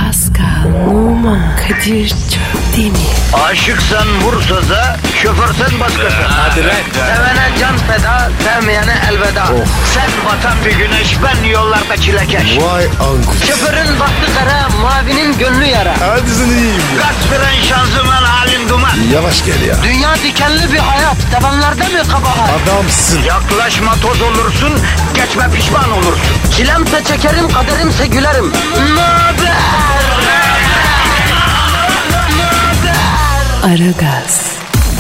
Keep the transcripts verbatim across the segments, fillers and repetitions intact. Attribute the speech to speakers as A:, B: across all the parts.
A: Pascal, Oman, Kadir çok değil mi?
B: Aşıksan vursa da, şoförsen başkasın.
C: Hadi lan.
B: Sevene can feda, sevmeyene elveda.
C: Oh.
B: Sen batan bir güneş, ben yollarda çilekeş.
C: Vay anku.
B: Şoförün baktı kara, mavinin gönlü yara.
C: Hadi sen iyiyim ya.
B: Kasperen şanzıman halin duman.
C: Yavaş gel ya.
B: Dünya dikenli bir hayat, sevenlerde mi kabahar?
C: Adamsın.
B: Yaklaşma toz olursun, geçme pişman olursun. Çilemse çekerim, kaderimse gülerim. Möber!
A: Aragaz.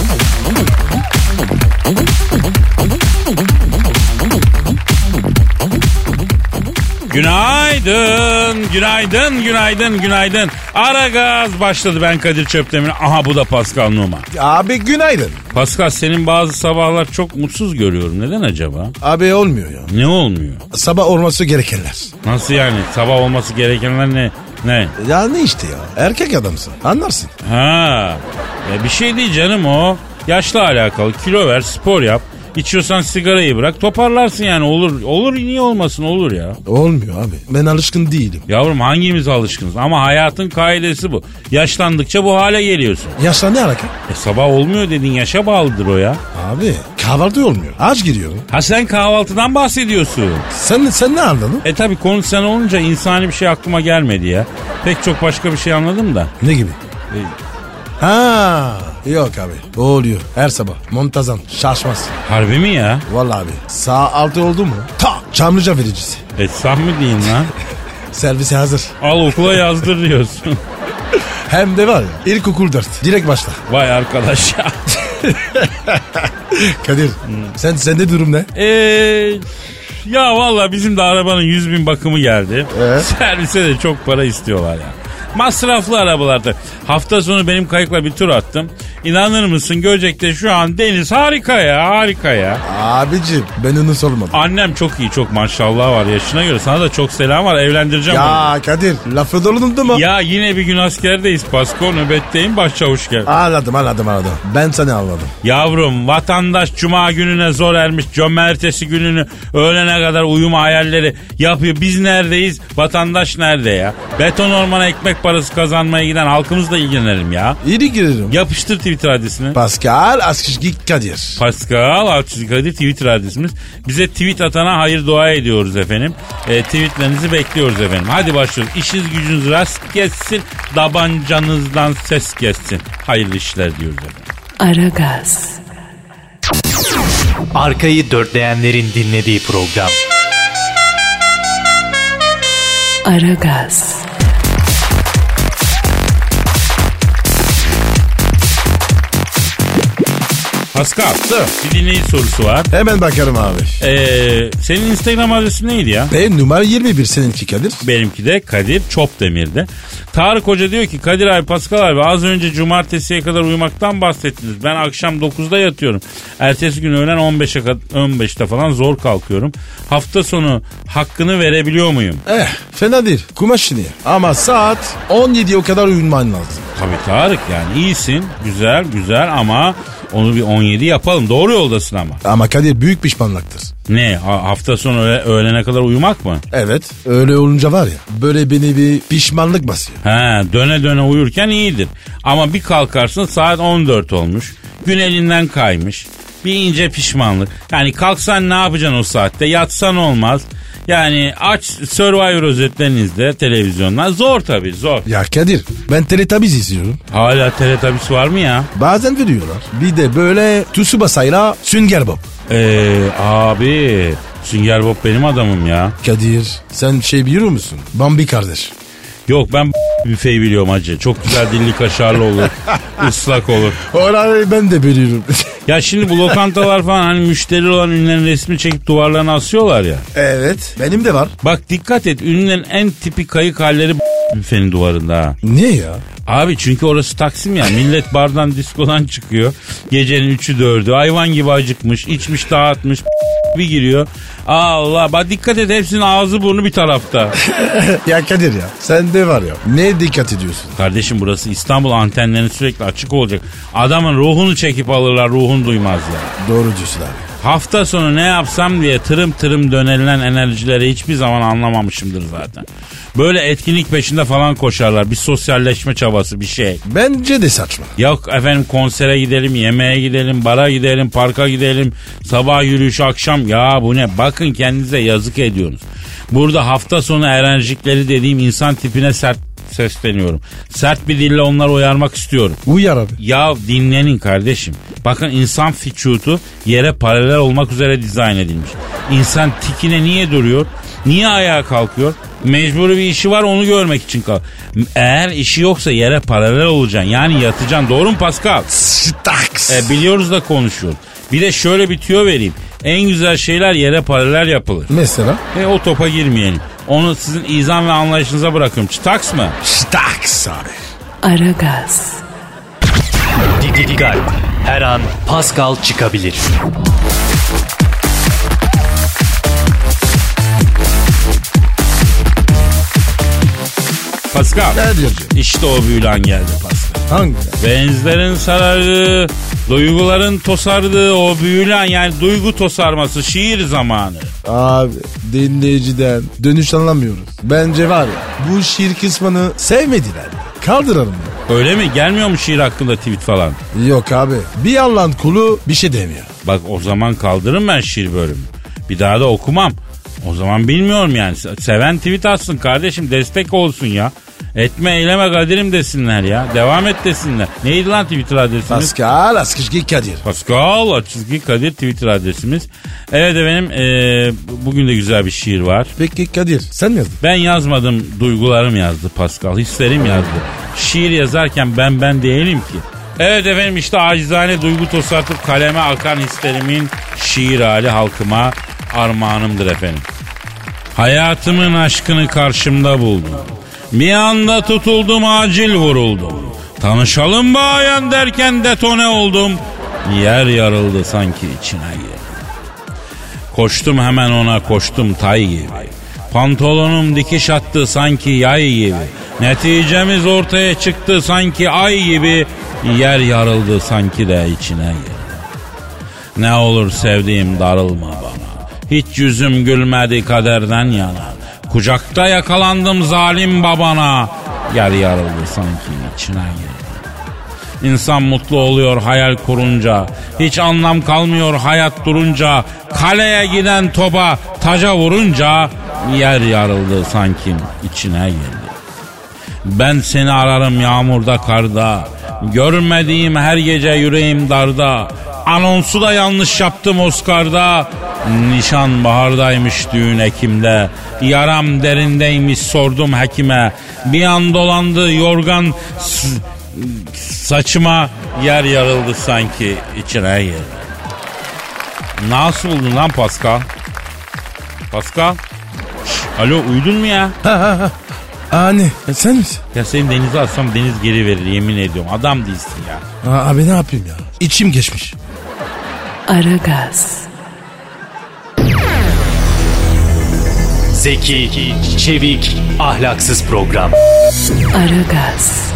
D: Günaydın, günaydın, günaydın, günaydın. Aragaz başladı, ben Kadir Çöptemir. Aha bu da Pascal Numa.
C: Abi günaydın.
D: Pascal, senin bazı sabahlar çok mutsuz görüyorum. Neden acaba?
C: Abi olmuyor ya.
D: Ne olmuyor?
C: Sabah olması gerekenler.
D: Nasıl yani? Sabah olması gerekenler ne? Ne?
C: Ya ne işte ya. Erkek adamsın. Anlarsın.
D: Ha. Ya bir şey değil canım o. Yaşla alakalı. Kilo ver, spor yap. İçiyorsan sigarayı bırak, toparlarsın yani, olur. Olur, niye olmasın, olur ya.
C: Olmuyor abi. Ben alışkın değilim.
D: Yavrum, hangimiz alışkınız? Ama hayatın kaidesi bu. Yaşlandıkça bu hale geliyorsun.
C: Yaşla ne alaka?
D: E sabah olmuyor dedin, yaşa bağlıdır o ya.
C: Abi kahvaltı olmuyor. Aç giriyorum.
D: Ha, sen kahvaltıdan bahsediyorsun.
C: Sen, sen ne anladın?
D: E tabi, konu sen olunca insani bir şey aklıma gelmedi ya. Pek çok başka bir şey anladım da.
C: Ne gibi?
D: E,
C: Ha yok abi. O oluyor her sabah. Montazam şaşmaz.
D: harbi mi ya?
C: Vallahi abi. Saat altı oldu mu? Ta Çamlıca vericisi.
D: E sah mı diyeyim lan?
C: Servise hazır.
D: Al okula yazdır diyorsun.
C: Hem de var ya ilkokul dört. Direkt başla.
D: Vay arkadaş ya.
C: Kadir hmm. sen sende durum ne?
D: Eee... Ya valla bizim de arabanın yüz bin bakımı geldi.
C: Ee?
D: Servise de çok para istiyorlar ya. Masraflı arabalarda. Hafta sonu benim kayıkla bir tur attım. İnanır mısın, Göcek'te şu an deniz harika ya, harika ya.
C: Abicim ben onu sormadım.
D: Annem çok iyi, çok maşallah var yaşına göre. Sana da çok selam var, evlendireceğim
C: ya
D: onu.
C: Kadir lafı dolundun mu?
D: Ya yine bir gün askerdeyiz Pasko, nöbetteyim, başçavuş gel.
C: Anladım anladım anladım. Ben seni anladım.
D: Yavrum, vatandaş cuma gününe zor ermiş, cumartesi gününü öğlene kadar uyuma hayalleri yapıyor. Biz neredeyiz, vatandaş nerede ya? Beton ormana ekmek parası kazanmaya giden halkımızla ilgilenelim ya.
C: İyi girerim.
D: Yapıştır Twitter adresini.
C: Pascal Askışki Kadir.
D: Pascal Askışki Kadir Twitter adresimiz. Bize tweet atana hayır dua ediyoruz efendim. E, tweetlerinizi bekliyoruz efendim. Hadi başlıyoruz. İşiniz gücünüz rast gelsin. Tabancanızdan ses gelsin. Hayırlı işler diyoruz efendim.
A: Aragaz.
E: Arkayı dörtleyenlerin dinlediği program.
A: Aragaz.
D: Pascal, bir dinleyici sorusu var.
C: Hemen bakarım abi.
D: Ee, senin Instagram adresin neydi ya?
C: Benim numara yirmi bir, seninki Kadir.
D: Benimki de Kadir Çopdemir'de. Tarık Hoca diyor ki, Kadir abi, Pascal abi, az önce cumartesiye kadar uyumaktan bahsettiniz. Ben akşam dokuzda yatıyorum. Ertesi gün öğlen on beşe on beşte falan zor kalkıyorum. Hafta sonu hakkını verebiliyor muyum?
C: Eh fena değil. Kumaş yine. Ama saat on yediye o kadar uyuman lazım.
D: Tabii Tarık, yani iyisin, güzel güzel ama onu bir on yedi yapalım. Doğru yoldasın ama.
C: Ama Kadir büyük pişmanlıktır.
D: Ne? Ha, hafta sonu öğle, öğlene kadar uyumak mı?
C: Evet. Öyle olunca var ya, böyle beni bir pişmanlık basıyor.
D: He, döne döne uyurken iyidir. Ama bir kalkarsın saat on dört olmuş. Gün elinden kaymış. Bir ince pişmanlık. Yani kalksan ne yapacaksın o saatte? Yatsan olmaz. Yani aç Survivor özetlerini izle televizyondan. Zor tabii, zor.
C: Ya Kadir, ben Teletubbies izliyorum.
D: Hala Teletubbies var mı ya?
C: Bazen veriyorlar. Bir de böyle Tsubasa'yla Sünger Bob.
D: Eee abi, Sünger Bob benim adamım ya.
C: Kadir, sen şey biliyor musun? Bambi kardeş.
D: Yok, ben büfeyi biliyorum hacı. Çok güzel dilli kaşarlı olur. Islak olur.
C: Orayı ben de biliyorum.
D: Ya şimdi bu lokantalar falan hani müşteri olan ünlülerin resmini çekip duvarlarına asıyorlar ya.
C: Evet, benim de var.
D: Bak dikkat et, ünlülerin en tipik kayık halleri büfenin duvarında ha.
C: Niye ya?
D: Abi çünkü orası Taksim ya. Millet bardan diskodan çıkıyor. Gecenin üçü dördü. Hayvan gibi acıkmış. İçmiş dağıtmış. Bir giriyor. Allah bak dikkat et, hepsinin ağzı burnu bir tarafta.
C: Ya Kadir ya, sen de var ya, ne dikkat ediyorsun?
D: Kardeşim burası İstanbul, antenlerin sürekli açık olacak. Adamın ruhunu çekip alırlar, ruhunu duymaz ya.
C: Doğru diyorsun abi.
D: Hafta sonu ne yapsam diye tırım tırım dönelilen enerjileri hiçbir zaman anlamamışımdır zaten. Böyle etkinlik peşinde falan koşarlar. Bir sosyalleşme çabası bir şey.
C: Bence de saçma.
D: Yok efendim konsere gidelim, yemeğe gidelim, bara gidelim, parka gidelim. Sabah yürüyüş, akşam. Ya bu ne? Bakın kendinize yazık ediyorsunuz. Burada hafta sonu enerjikleri dediğim insan tipine sert sesleniyorum. Sert bir dille onları uyarmak istiyorum.
C: Uyar abi.
D: Ya dinlenin kardeşim. Bakın insan vücudu yere paralel olmak üzere dizayn edilmiş. İnsan tikine niye duruyor? Niye ayağa kalkıyor? Mecburi bir işi var onu görmek için kalk. Eğer işi yoksa yere paralel olacaksın. Yani yatacaksın. Doğru mu Pascal?
C: Staks.
D: E, biliyoruz da konuşuyoruz. Bir de şöyle bir tüyo vereyim. En güzel şeyler yere paralel yapılır.
C: Mesela?
D: E o topa girmeyelim. Onu sizin izan ve anlayışınıza bırakıyorum. Çıtaks mı?
C: Staks abi.
A: Aragaz.
E: Dikkat. Her an Pascal çıkabilir.
D: Pascal.
C: Ne diyorsun?
D: İşte o büyülü an geldi Pascal.
C: Hangi?
D: Benzlerin sarardığı, duyguların tosardığı o büyülü an, yani duygu tosarması, şiir zamanı.
C: Abi dinleyiciden dönüş anlamıyoruz. Bence var ya bu şiir kısmını sevmediler. Kaldıralım.
D: Öyle mi? Gelmiyor mu şiir hakkında tweet falan?
C: Yok abi bir Allah'ın kulu bir şey demiyor.
D: Bak o zaman kaldırırım ben şiir bölümü. Bir daha da okumam. O zaman bilmiyorum yani. Seven tweet atsın kardeşim, destek olsun ya. Etme eyleme Kadir'im desinler ya. Devam et desinler. Neydi lan Twitter adresimiz?
C: Pascal Askışki Kadir.
D: Pascal Askışki Kadir Twitter adresimiz. Evet efendim ee, bugün de güzel bir şiir var.
C: Peki Kadir sen mi yazdın?
D: Ben yazmadım, duygularım yazdı Pascal. Hislerim yazdı. Şiir yazarken ben ben değilim ki. Evet efendim işte acizane duygu tosartıp kaleme akan hislerimin şiir hali halkıma armağanımdır efendim. Hayatımın aşkını karşımda buldum. Bir anda tutuldum, acil vuruldum. Tanışalım bayan derken detone oldum. Yer yarıldı sanki içine girdi. Koştum hemen ona, koştum tay gibi. Pantolonum dikiş attı sanki yay gibi. Neticemiz ortaya çıktı sanki ay gibi. Yer yarıldı sanki de içine girdi. Ne olur sevdiğim darılma bana. Hiç yüzüm gülmedi kaderden yana. Kucakta yakalandım zalim babana. Yer yarıldı sanki içine girdi. İnsan mutlu oluyor hayal kurunca. Hiç anlam kalmıyor hayat durunca. Kaleye giden topa taca vurunca. Yer yarıldı sanki içine girdi. Ben seni ararım yağmurda karda. Görmediğim her gece yüreğim darda. Anonsu da yanlış yaptım Oscar'da. Nişan bahardaymış, düğün Ekim'de. Yaram derindeymiş, sordum hekime. Bir an dolandı yorgan s- saçıma. Yer yarıldı sanki içine girdi. Nasıl buldun lan Pascal? Pascal? Şş, alo uyudun mu ya?
C: Ha ha ha. Anne sen misin?
D: Ya seni denize atsam deniz geri verir yemin ediyorum. Adam değilsin ya.
C: Aa, abi ne yapayım ya? İçim geçmiş.
A: Aragaz.
E: Zeki, çevik, ahlaksız program.
A: Aragaz.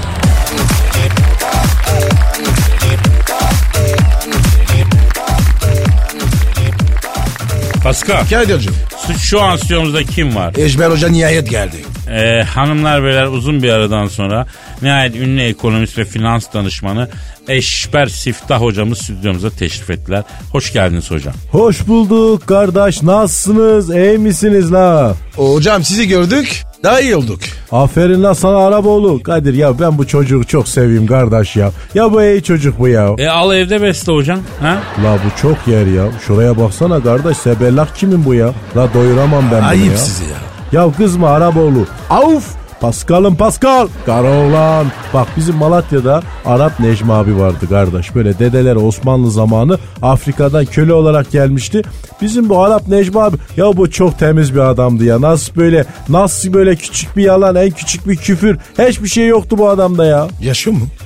D: Pascal,
C: Kadir'cim.
D: şu an stüdyomuzda kim var?
C: Eşber Hoca nihayet geldi.
D: Ee, hanımlar beyler uzun bir aradan sonra nihayet ünlü ekonomist ve finans danışmanı Eşber Siftah hocamız stüdyomuza teşrif ettiler. Hoş geldiniz hocam.
F: Hoş bulduk kardeş, nasılsınız, iyi misiniz la?
C: Hocam sizi gördük daha iyi olduk.
F: Aferin la sana Araboğlu. Kadir ya ben bu çocuğu çok seveyim kardeş ya. Ya bu iyi çocuk bu ya.
D: E al evde besle hocam. Ha?
F: La bu çok yer ya. Şuraya baksana kardeş, sebellak kimin bu ya? La doyuramam ben bunu
C: Ayıp
F: ya.
C: sizi ya.
F: Ya kızma Araboğlu. Avf! Paskal'ım Paskal. Karaoğlan. Bak bizim Malatya'da Arap Necmi abi vardı kardeş. Böyle dedeleri Osmanlı zamanı Afrika'dan köle olarak gelmişti. Bizim bu Arap Necmi abi ya bu çok temiz bir adamdı ya. Nasıl böyle nasıl böyle küçük bir yalan, en küçük bir küfür. Hiçbir şey yoktu bu adamda ya.
C: Yaşıyor mu?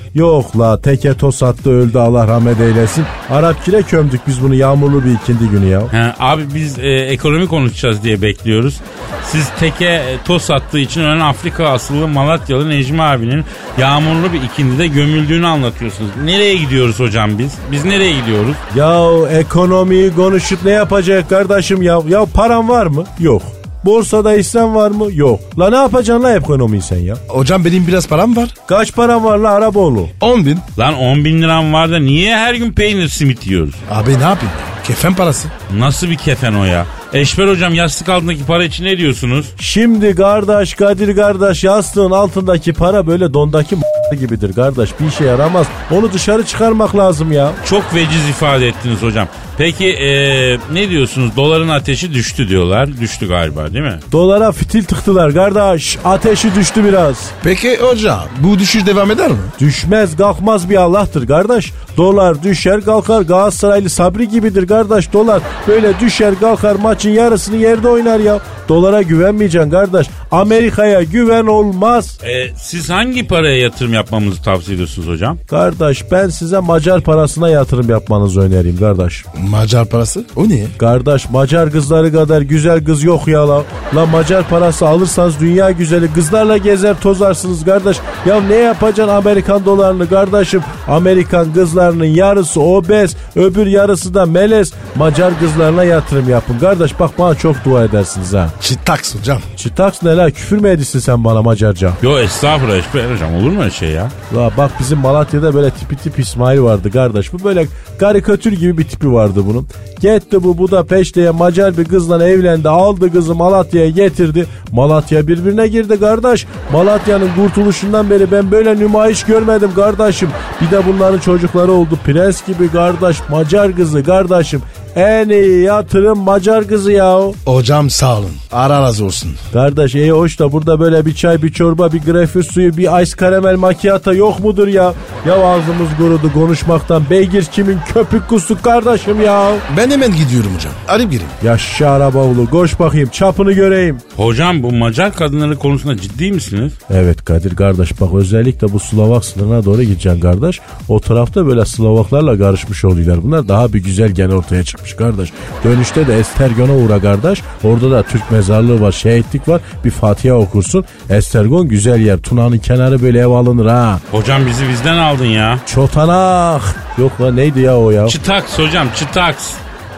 F: Yok la teke toz attı öldü Allah rahmet eylesin. Arap kire kömdük biz bunu yağmurlu bir ikindi günü ya.
D: He, abi biz e, ekonomi konuşacağız diye bekliyoruz. Siz teke e, toz attığı için ölen Afrika asıllı Malatyalı Necmi abinin yağmurlu bir ikindide gömüldüğünü anlatıyorsunuz. Nereye gidiyoruz hocam biz? Biz nereye gidiyoruz?
F: Ya ekonomiyi konuşup ne yapacak kardeşim ya? Ya paran var mı? Yok. Borsada hissen var mı? Yok. La ne yapacaksın la ekonomiyi sen ya?
C: Hocam benim biraz param var.
F: Kaç param var la Araboğlu?
C: on bin.
D: Lan on bin liram var da niye her gün peynir simit yiyoruz?
C: Abi ne yapayım? Kefen parası.
D: Nasıl bir kefen o ya? Eşber hocam yastık altındaki para için ne diyorsunuz?
F: Şimdi kardeş Kadir kardeş yastığın altındaki para böyle dondaki gibidir kardeş. Bir işe yaramaz. Onu dışarı çıkarmak lazım ya.
D: Çok veciz ifade ettiniz hocam. Peki ee, ne diyorsunuz? Doların ateşi düştü diyorlar. Düştü galiba değil mi?
F: Dolara fitil tıktılar kardeş. Ateşi düştü biraz.
C: Peki hocam bu düşüş devam eder mi?
F: Düşmez kalkmaz bir Allah'tır kardeş. Dolar düşer kalkar. Galatasaraylı Sabri gibidir kardeş. Dolar böyle düşer kalkar, maçın yarısını yerde oynar ya. Dolara güvenmeyeceksin kardeş. Amerika'ya güven olmaz.
D: E, siz hangi paraya yatırım yapmamızı tavsiye ediyorsunuz hocam?
F: Kardeş ben size Macar parasına yatırım yapmanızı önereyim kardeş.
C: Macar parası? O ne?
F: Kardeş Macar kızları kadar güzel kız yok ya la. La Macar parası alırsanız dünya güzeli kızlarla gezer tozarsınız kardeş. Ya ne yapacaksın Amerikan dolarını kardeşim? Amerikan kızlarının yarısı obez, öbür yarısı da melez. Macar kızlarına yatırım yapın kardeş. Bak bana çok dua edersiniz ha.
C: Çitaks hocam.
F: Çitaks ne la? Küfür mü ediyorsun sen bana Macarca?
D: Yo estağfurullah Eşber hocam, olur mu öyle şey ya?
F: La bak bizim Malatya'da böyle tipi tip İsmail vardı kardeş. Bu böyle karikatür gibi bir tipi vardı bunun. Gitti bu Budapeşte'ye Macar bir kızla evlendi. Aldı kızı Malatya'ya getirdi. Malatya birbirine girdi kardeş. Malatya'nın kurtuluşundan beri ben böyle nümayiş görmedim kardeşim. Bir de bunların çocukları oldu. Prens gibi kardeş. Macar kızı kardeşim. En iyi yatırım Macar kızı ya.
C: Hocam sağ olun. Ara razı olsun.
F: Kardeş iyi hoş da burada böyle bir çay, bir çorba, bir greyfurt suyu, bir ice karamel macchiato yok mudur ya? Ya ağzımız kurudu konuşmaktan. Beygir kimin köpük kustuk kardeşim ya.
C: Ben hemen gidiyorum hocam. Arayıp gireyim.
F: Yaşa Araboğlu koş bakayım çapını göreyim.
D: Hocam bu Macar kadınları konusunda ciddi misiniz?
F: Evet Kadir kardeş bak özellikle bu Slovak sınırına doğru gideceksin kardeş. O tarafta böyle Slovaklarla karışmış oluyorlar. Bunlar daha bir güzel gen ortaya çıkmış kardeş. Dönüşte de Estergon'a uğra kardeş. Orada da Türk mezarlığı var, şehitlik var. Bir Fatiha okursun. Estergon güzel yer. Tuna'nın kenarı böyle ev alınır ha.
D: Hocam bizi bizden aldın ya.
F: Çotanak. Yok lan neydi ya o ya?
D: Çıtaks hocam çıtaks.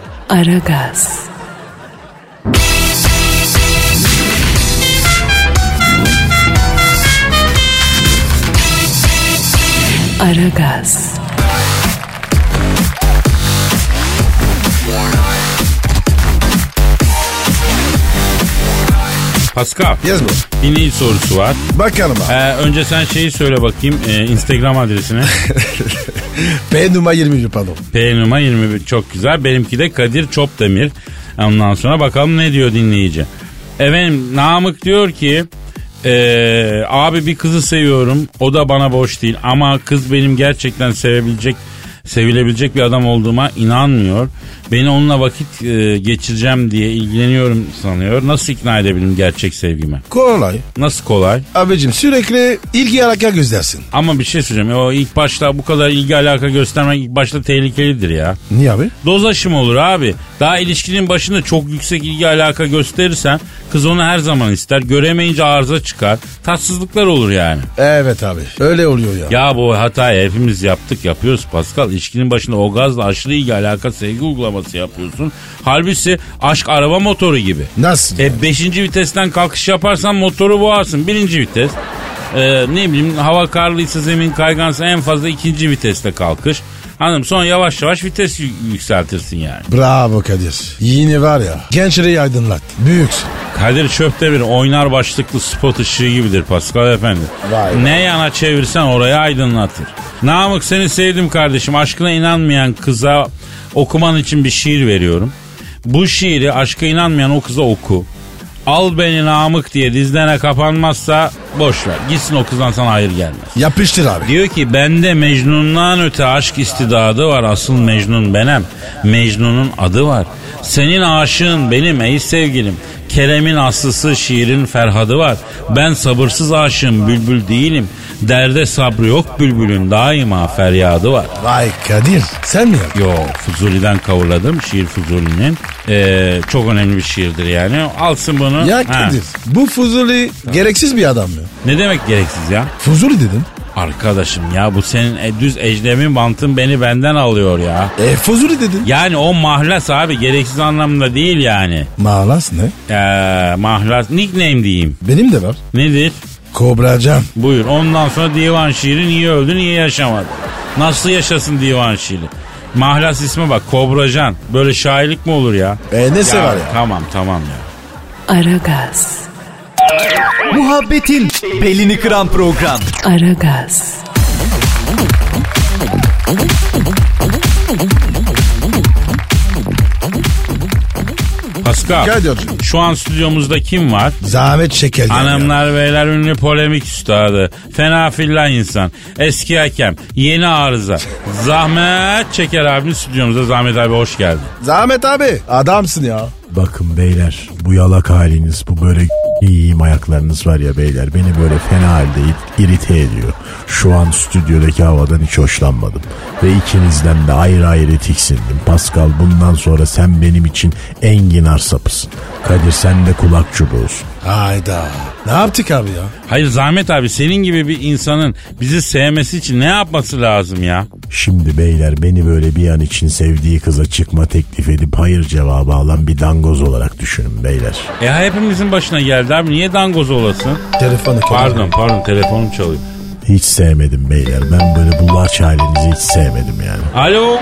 A: Aragaz. Aragaz.
D: Pascal.
C: Yaz bu.
D: Dinleyici sorusu var.
C: Bakalım abi.
D: Ee, önce sen şeyi söyle bakayım. E, Instagram adresine.
C: P numara yirmi bir pardon.
D: P numara yirmi bir çok güzel. Benimki de Kadir Çopdemir. Ondan sonra bakalım ne diyor dinleyici. Efendim Namık diyor ki ee, abi bir kızı seviyorum. O da bana boş değil. Ama kız benim gerçekten sevebilecek sevilebilecek bir adam olduğuma inanmıyor. Beni onunla vakit e, geçireceğim diye ilgileniyorum sanıyor. Nasıl ikna edebilirim gerçek sevgime?
C: Kolay.
D: Nasıl kolay?
C: Abicim sürekli ilgi alaka göstersin.
D: Ama bir şey söyleyeceğim. O ilk başta bu kadar ilgi alaka göstermek ilk başta tehlikelidir ya.
C: Niye abi?
D: Doz aşımı olur abi. Daha ilişkinin başında çok yüksek ilgi alaka gösterirsen kız onu her zaman ister. Göremeyince arıza çıkar. Tatsızlıklar olur yani.
C: Evet abi. Öyle oluyor ya.
D: Ya bu hatayı hepimiz yaptık yapıyoruz Pascal. İlişkinin başında o gazla aşırı ilgi alaka sevgi uygulaması yapıyorsun. Halbuki aşk araba motoru gibi.
C: Nasıl?
D: E beşinci vitesten kalkış yaparsan motoru boğarsın. Birinci vites. Ee, ne bileyim hava karlıysa zemin kaygansa en fazla ikinci viteste kalkış. Hanım sonra yavaş yavaş vites yükseltirsin yani.
C: Bravo Kadir. Yine var ya gençleri aydınlat. Büyüksün.
D: Kadir Çöptemir oynar başlıklı spot ışığı gibidir Pascal Efendi.
C: Vay.
D: Ne yana çevirsen oraya aydınlatır. Namık seni sevdim kardeşim. Aşkına inanmayan kıza okuman için bir şiir veriyorum. Bu şiiri aşka inanmayan o kıza oku. Al beni Namık diye dizlerine kapanmazsa boş ver. Gitsin o kızdan sana hayır gelmez.
C: Yapıştır abi.
D: Diyor ki bende Mecnun'dan öte aşk istidadı var. Asıl Mecnun benim. Mecnun'un adı var. Senin aşığın benim ey sevgilim. Kerem'in aslısı, şiirin Ferhadı var. Ben sabırsız aşığım, bülbül değilim. Derde sabrı yok bülbülün, daima feryadı var.
C: Vay Kadir, sen mi yaptın?
D: Yo, Fuzuli'den kavurladım, şiir Fuzuli'nin. Ee, çok önemli bir şiirdir yani. Alsın bunu.
C: Ya Kadir, ha. Bu Fuzuli gereksiz bir adam mı?
D: Ne demek gereksiz ya?
C: Fuzuli dedin.
D: Arkadaşım ya bu senin e, düz ecnebi bantın beni benden alıyor ya.
C: E Fuzuli dedin.
D: Yani o mahlas abi, gereksiz anlamda değil yani.
C: Mahlas ne?
D: Ee, mahlas nickname diyeyim.
C: Benim de var.
D: Nedir?
C: Kobracan.
D: Buyur. Ondan sonra divan şiiri niye öldü niye yaşamadı? Nasıl yaşasın divan şiiri? Mahlas isme bak, Kobracan. Böyle şairlik mi olur ya?
C: E nesi
D: ya,
C: var ya?
D: Tamam tamam ya.
A: Aragaz.
E: Muhabbetin belini kıran program.
A: Aragaz.
D: Pascal,
C: Kadir'cim.
D: şu an stüdyomuzda kim var?
C: Zahmet Çeker.
D: Hanımlar beyler, ünlü polemik üstadı, fena fillah insan, eski hakem, yeni arıza, Zahmet Çeker abimiz stüdyomuzda. Zahmet abi hoş geldin.
C: Zahmet abi adamsın ya.
F: Bakın beyler, bu yalak haliniz, bu böyle iyiyim ayaklarınız var ya beyler, beni böyle fena halde irite ediyor. Şu an stüdyodaki havadan hiç hoşlanmadım. Ve ikinizden de ayrı ayrı tiksindim. Pascal, bundan sonra sen benim için enginar sapısın. Kadir, sen de kulak çubuğusun.
C: Hayda. Ne yaptık abi ya?
D: Hayır Zahmet abi, senin gibi bir insanın bizi sevmesi için ne yapması lazım ya?
F: Şimdi beyler, beni böyle bir an için sevdiği kıza çıkma teklif edip hayır cevabı alan bir dangoz olarak düşünün beyler.
D: E hepimizin başına geldi abi, niye dangoz olasın?
C: Telefonu
D: Pardon pardon telefonum çalıyor.
F: Hiç sevmedim beyler, ben böyle bulaç halinizi hiç sevmedim yani.
D: Alo.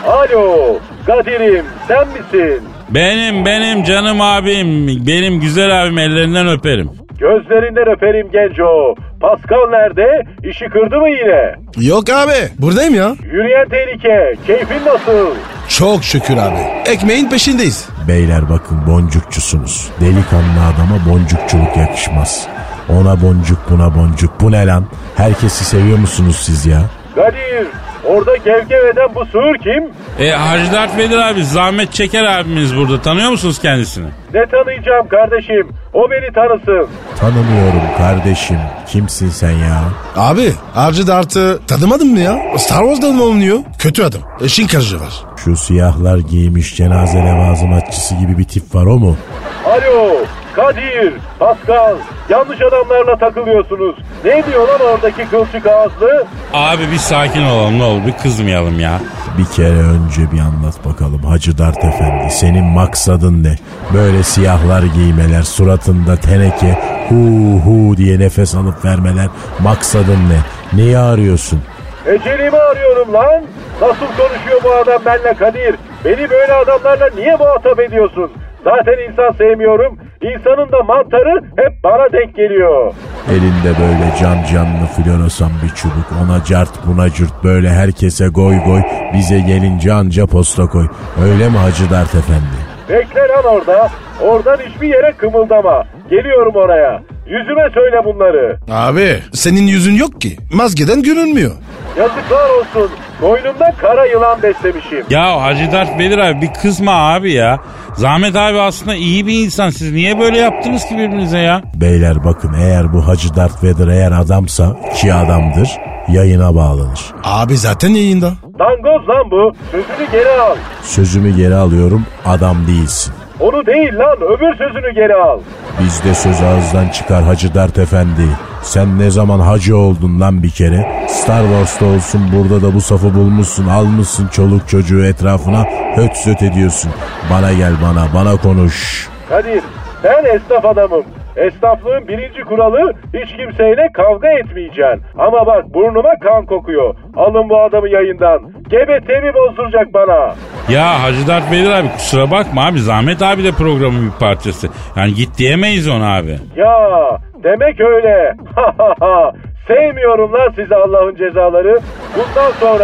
G: Alo Kadir'im, sen misin?
D: Benim benim canım abim, benim güzel abim, ellerinden öperim.
G: Gözlerinden öperim genco. Pascal nerede? İşi kırdı mı yine?
C: Yok abi, buradayım ya.
G: Yürüyen tehlike. Keyfin nasıl?
C: Çok şükür abi. Ekmeğin peşindeyiz.
F: Beyler bakın, boncukçusunuz. Delikanlı adama boncukçuluk yakışmaz. Ona boncuk, buna boncuk. Bu ne lan? Herkesi seviyor musunuz siz ya?
G: Kadir, orada gevgev eden bu sığır kim?
D: E Hacı Dert Vedir abi, Zahmet Çeker abimiz burada. Tanıyor musunuz kendisini?
G: Ne tanıyacağım kardeşim? O beni tanısın.
F: Tanımıyorum kardeşim. Kimsin sen ya?
C: Abi, Hacı Dart'ı tanımadın mı ya? Star Wars'da mı oluyor? Kötü adam. Eşin karıcı var.
F: Şu siyahlar giymiş cenaze levazımatçısı gibi bir tip var, o mu?
G: Alo Kadir, Pascal, yanlış adamlarla takılıyorsunuz. Ne diyor lan oradaki kılçık ağızlı?
D: Abi bir sakin olalım ne olur, bir kızmayalım ya.
F: Bir kere önce bir anlat bakalım Hacı Dert Efendi, senin maksadın ne? Böyle siyahlar giymeler, suratında teneke, hu hu diye nefes alıp vermeler, maksadın ne? Neyi arıyorsun?
G: Ecelimi arıyorum lan. Nasıl konuşuyor bu adam benimle Kadir? Beni böyle adamlarla niye muhatap ediyorsun? Zaten insan sevmiyorum. İnsanın da mantarı hep bana denk geliyor.
F: Elinde böyle can canlı floresan bir çubuk, ona cart buna cürt, böyle herkese goy goy, bize gelince anca posta koy. Öyle mi Hacı Dert Efendi?
G: Bekle lan orada. Oradan hiçbir yere kımıldama. Geliyorum oraya. Yüzüme söyle bunları.
C: Abi, senin yüzün yok ki. Maskeden görünmüyor.
G: Yazıklar olsun. Boynumda kara yılan beslemişim.
D: Ya Hacı Dert Vedir abi, bir kızma abi ya. Zahmet abi aslında iyi bir insan. Siz niye böyle yaptınız ki birbirinize ya?
F: Beyler bakın, eğer bu Hacı Dert Vedir eğer adamsa, ki adamdır, yayına bağlanır.
C: Abi zaten yayında.
G: Dangoz lan bu. Sözünü geri al.
F: Sözümü geri alıyorum, adam değilsin.
G: Onu değil lan, öbür sözünü geri al.
F: Bizde söz ağızdan çıkar Hacı Dert Efendi. Sen ne zaman hacı oldun lan bir kere? Star Wars'ta olsun, burada da bu safı bulmuşsun, almışsın çoluk çocuğu etrafına, höt söt ediyorsun. Bana gel, bana, bana konuş.
G: Kadir, ben esnaf adamım. Esnaflığın birinci kuralı, hiç kimseyle kavga etmeyeceksin. Ama bak, burnuma kan kokuyor. Alın bu adamı yayından. G B T'mi bozduracak bana.
D: Ya Hacı Dert Vedir abi, kusura bakma abi, Zahmet abi de programın bir parçası. Yani git diyemeyiz ona abi.
G: Ya demek öyle. Sevmiyorum lan sizi Allah'ın cezaları. Bundan sonra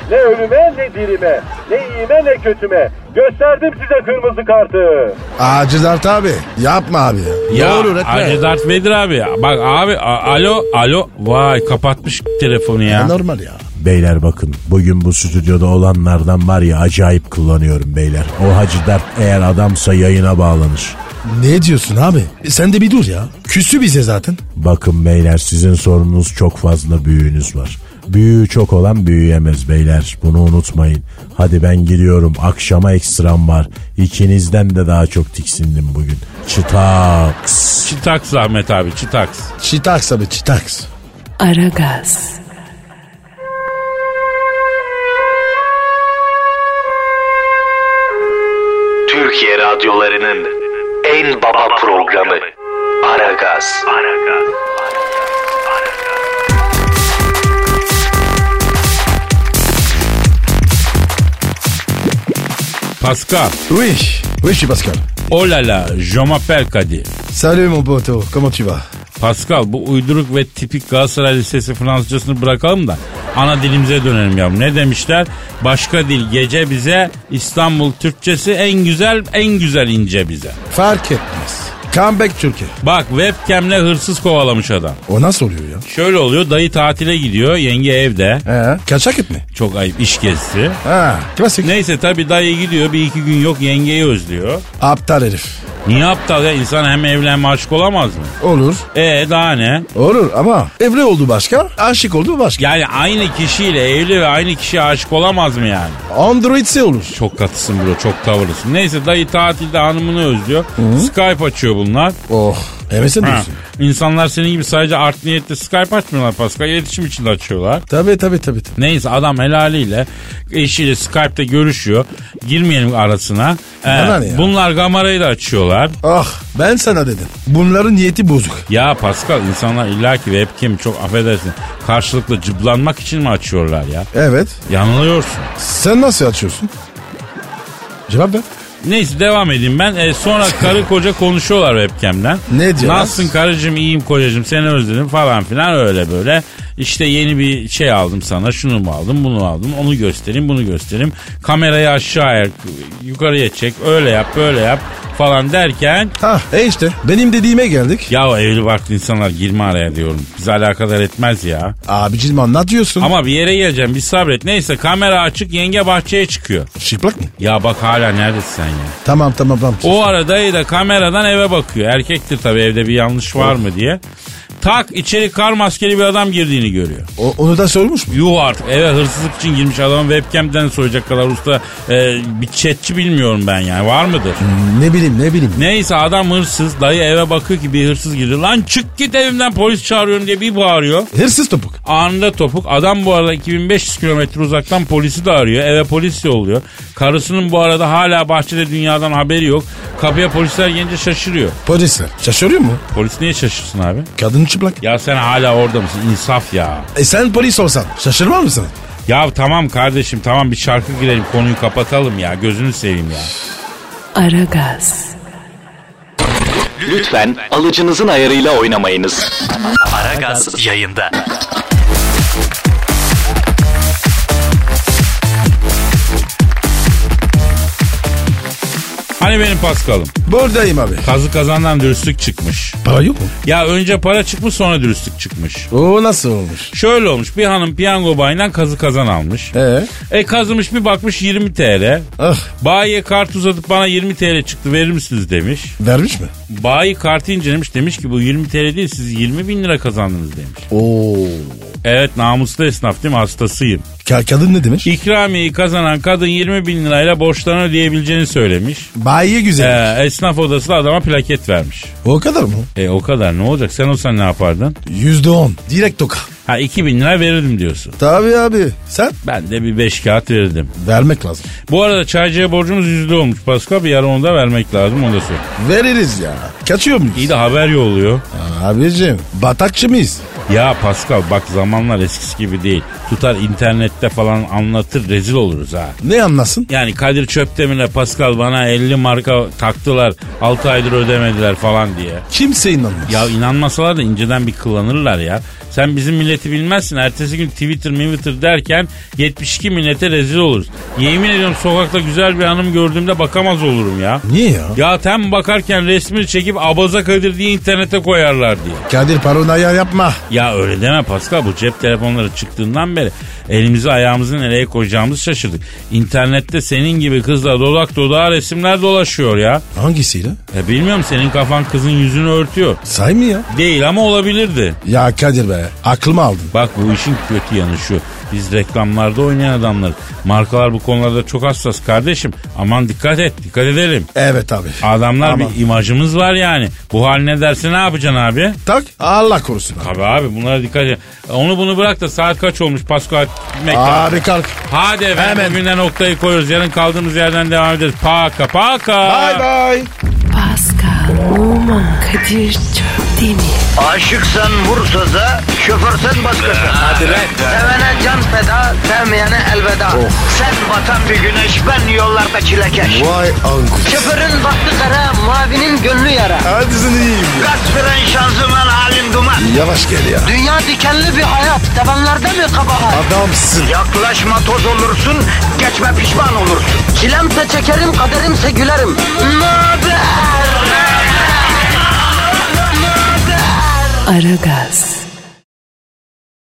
G: Ne ölüme ne dirime. Ne iyime ne kötüme. Gösterdim size kırmızı kartı.
C: Hacı Dert abi yapma abi ya.
D: Ya
C: Ne olur etme.
D: Hacı Darth Vader abi. Bak abi a- alo alo. Vay kapatmış telefonu ya.
C: Normal ya.
F: Beyler bakın bugün bu stüdyoda olanlardan var ya acayip kullanıyorum beyler. O Hacı Dert eğer adamsa yayına bağlanır.
C: Ne diyorsun abi? E sen de bir dur ya. Küsü bize zaten.
F: Bakın beyler sizin sorununuz çok fazla büyüğünüz var. Büyüğü çok olan büyüyemez beyler. Bunu unutmayın. Hadi ben gidiyorum. Akşama ekstram var. İkinizden de daha çok tiksindim bugün. Çıtaks.
D: Çitaks Ahmet abi çitaks.
C: Çitaks abi çitaks.
A: Aragaz.
H: Türkiye radyolarının en baba programı Aragaz.
D: Pascal.
C: Oui. Oui, je suis Pascal.
D: Oh la la. Je m'appelle Kadir.
C: Salut mon poteau. Comment tu vas?
D: Pascal bu uyduruk ve tipik Galatasaray Lisesi Fransızcasını bırakalım da ana dilimize dönelim yavrum. Ne demişler? Başka dil gece bize, İstanbul Türkçesi en güzel en güzel ince bize.
C: Fark etmez. Comeback Türkiye.
D: Bak webcam'le hırsız kovalamış adam.
C: O nasıl oluyor ya?
D: Şöyle oluyor, dayı tatile gidiyor, yenge evde.
C: He, kaçak et mi?
D: Çok ayıp, iş gezisi.
C: Ha, klasik.
D: Neyse tabii dayı gidiyor, bir iki gün yok, yengeyi özlüyor.
C: Aptal herif.
D: Niye aptal ya? İnsan hem evli hem aşık olamaz mı?
C: Olur.
D: E daha ne?
C: Olur ama evli oldu başka, aşık oldu başka.
D: Yani aynı kişiyle evli ve aynı kişiye aşık olamaz mı yani?
C: Android'se olur.
D: Çok katısın bro, çok tavırlısın. Neyse dayı tatilde hanımını özlüyor. Hı-hı. Skype açıyor bunlar.
C: Oh, emesin
D: Ha.
C: diyorsun.
D: İnsanlar senin gibi sadece art niyetle Skype açmıyorlar Pascal. İletişim için de açıyorlar.
C: Tabii tabii tabii. tabii.
D: Neyse adam helaliyle eşiyle Skype'te görüşüyor. Girmeyelim arasına. Ee,
C: Bana ne ya?
D: bunlar kamerayı da açıyorlar.
C: Ah, ben sana dedim. Bunların niyeti bozuk.
D: Ya Pascal insanlar illaki webcam çok affedersin karşılıklı cıblanmak için mi açıyorlar ya?
C: Evet.
D: Yanılıyorsun.
C: Sen nasıl açıyorsun? Cevap ver.
D: Neyse devam edeyim ben. Ee, sonra karı koca konuşuyorlar webcam'den.
C: Ne diyorlar?
D: Nasılsın karıcığım, iyiyim kocacığım, seni özledim falan filan öyle böyle. İşte yeni bir şey aldım sana, şunu mu aldım, bunu aldım, onu göstereyim, bunu göstereyim. Kamerayı aşağıya yukarıya çek, öyle yap böyle yap falan derken.
C: Ha, e işte benim dediğime geldik.
D: Ya evli barklı insanlar girme araya diyorum. Bizi alakadar etmez ya.
C: Abicim anlatıyorsun.
D: Ama bir yere geleceğim, bir sabret. Neyse kamera açık, yenge bahçeye çıkıyor.
C: Şıplak mı?
D: Ya bak hala neredesin sen ya?
C: Tamam tamam tamam.
D: O arada da kameradan eve bakıyor. Erkektir tabii, evde bir yanlış var mı diye. Tak içeri kar maskeli bir adam girdiğini görüyor.
C: O, onu da sormuş mu?
D: Yuh artık, eve hırsızlık için girmiş adamın webcam'den soyacak kadar usta e, bir chatçi bilmiyorum ben yani, var mıdır?
C: Hmm, ne bileyim ne bileyim.
D: Neyse adam hırsız, dayı eve bakıyor ki bir hırsız girdi. Lan çık git evimden, polis çağırıyorum diye bir bağırıyor.
C: Hırsız topuk.
D: Anında topuk. Adam bu arada iki bin beş yüz kilometre uzaktan polisi de arıyor. Eve polis yolluyor. Karısının bu arada hala bahçede dünyadan haberi yok. Kapıya polisler gelince şaşırıyor.
C: Polisler şaşırıyor mu?
D: Polis niye şaşırsın abi?
C: Kadın çıplak.
D: Ya sen hala orada mısın? İnsaf ya.
C: E sen polis olsan şaşırmaz mısın?
D: Ya tamam kardeşim, tamam bir şarkı girelim, konuyu kapatalım ya. Gözünü seveyim ya.
A: Aragaz.
H: Lütfen alıcınızın ayarıyla oynamayınız. Aragaz yayında.
D: Hani benim Paskal'ım?
C: Buradayım abi.
D: Kazı kazandan dürüstlük çıkmış.
C: Para yok mu?
D: Ya önce para çıkmış, sonra dürüstlük çıkmış.
C: O nasıl olmuş?
D: Şöyle olmuş, bir hanım piyango bayinden kazı kazan almış.
C: Ee?
D: E kazımış, bir bakmış yirmi TL.
C: Ah.
D: Bayiye kart uzatıp bana yirmi TL çıktı, verir misiniz demiş.
C: Vermiş mi?
D: Bayi kartı incelemiş, demiş ki bu yirmi TL değil, siz yirmi bin lira kazandınız demiş.
C: Oo.
D: Evet, namuslu esnaf değil mi, hastasıyım.
C: Ka- kadın ne demiş?
D: İkramiyeyi kazanan kadın yirmi bin lirayla borçlarını ödeyebileceğini söylemiş.
C: Bayiye güzel.
D: Ee, esnaf odası da adama plaket vermiş.
C: O kadar mı?
D: E o kadar, ne olacak, sen olsan ne yapardın?
C: Yüzde on. Direkt toka.
D: Ha iki bin lira verirdim diyorsun.
C: Tabii abi. Sen?
D: Ben de bir beş kağıt verirdim.
C: Vermek lazım.
D: Bu arada çaycıya borcumuz yüzde olmuş Pascal, bir ara onu da vermek lazım, onu da söyle.
C: Veririz ya. Kaçıyor muyuz?
D: İyi de haber yolluyor.
C: Abicim batakçı mıyız?
D: Ya Pascal bak zamanlar eskisi gibi değil. Tutar internette falan anlatır rezil oluruz ha.
C: Ne anlasın?
D: Yani Kadir Çöpdemir'le Pascal bana elli marka taktılar altı aydır ödemediler falan diye.
C: Kimse inanmaz.
D: Ya inanmasalar da inceden bir kıllanırlar ya. Sen bizim milleti bilmezsin. Ertesi gün Twitter Twitter derken yetmiş iki millete rezil oluruz. Yemin ediyorum sokakta güzel bir hanım gördüğümde bakamaz olurum ya.
C: Niye ya?
D: Ya tem bakarken resmini çekip abaza Kadir diye internete koyarlar diye.
C: Kadir paranoya yapma.
D: Ya öyle deme Pascal, bu cep telefonları çıktığından beri elimizi ayağımızı nereye koyacağımızı şaşırdık. İnternette senin gibi kızla dodak dodağa resimler dolaşıyor ya.
C: Hangisiyle?
D: E bilmiyorum, senin kafan kızın yüzünü örtüyor.
C: Say mı ya?
D: Değil ama olabilirdi.
C: Ya Kadir be aklımı aldın.
D: Bak bu işin kötü yanı şu. Biz reklamlarda oynayan adamlar. Markalar bu konularda çok hassas kardeşim. Aman dikkat et, dikkat edelim.
C: Evet abi.
D: Adamlar
C: Aman.
D: bir imajımız var yani. Bu haline derse ne yapacaksın abi?
C: Tak Allah korusun abi.
D: Tabii abi bunlara dikkat et. Onu bunu bırak da saat kaç olmuş Pascal?
C: Abi kalk.
D: Hadi efendim
C: Hemen.
D: bugünden noktayı koyuyoruz. Yarın kaldığımız yerden devam ederiz. Paka paka.
C: Bye bye.
A: Pascal, Oman, Kadir çok değil mi?
B: Aşıksan vursa da, şoförsen başkasın. Hadi
D: lan.
B: Sevene can feda, sevmeyene elveda. Sen batan bir güneş, ben yollarda çilekeş.
C: Vay anku.
B: Şoförün baktı kara, mavinin gönlü yara.
C: Hadi sen iyiyim ya.
B: Kasperen şanzıman halin duman.
C: Yavaş gel ya.
B: Dünya dikenli bir hayat, sevenlerde mi kabahar?
C: Adamsın.
B: Yaklaşma toz olursun, geçme pişman olursun. Çilemse çekerim, kaderimse gülerim. Möber!
A: Aragaz.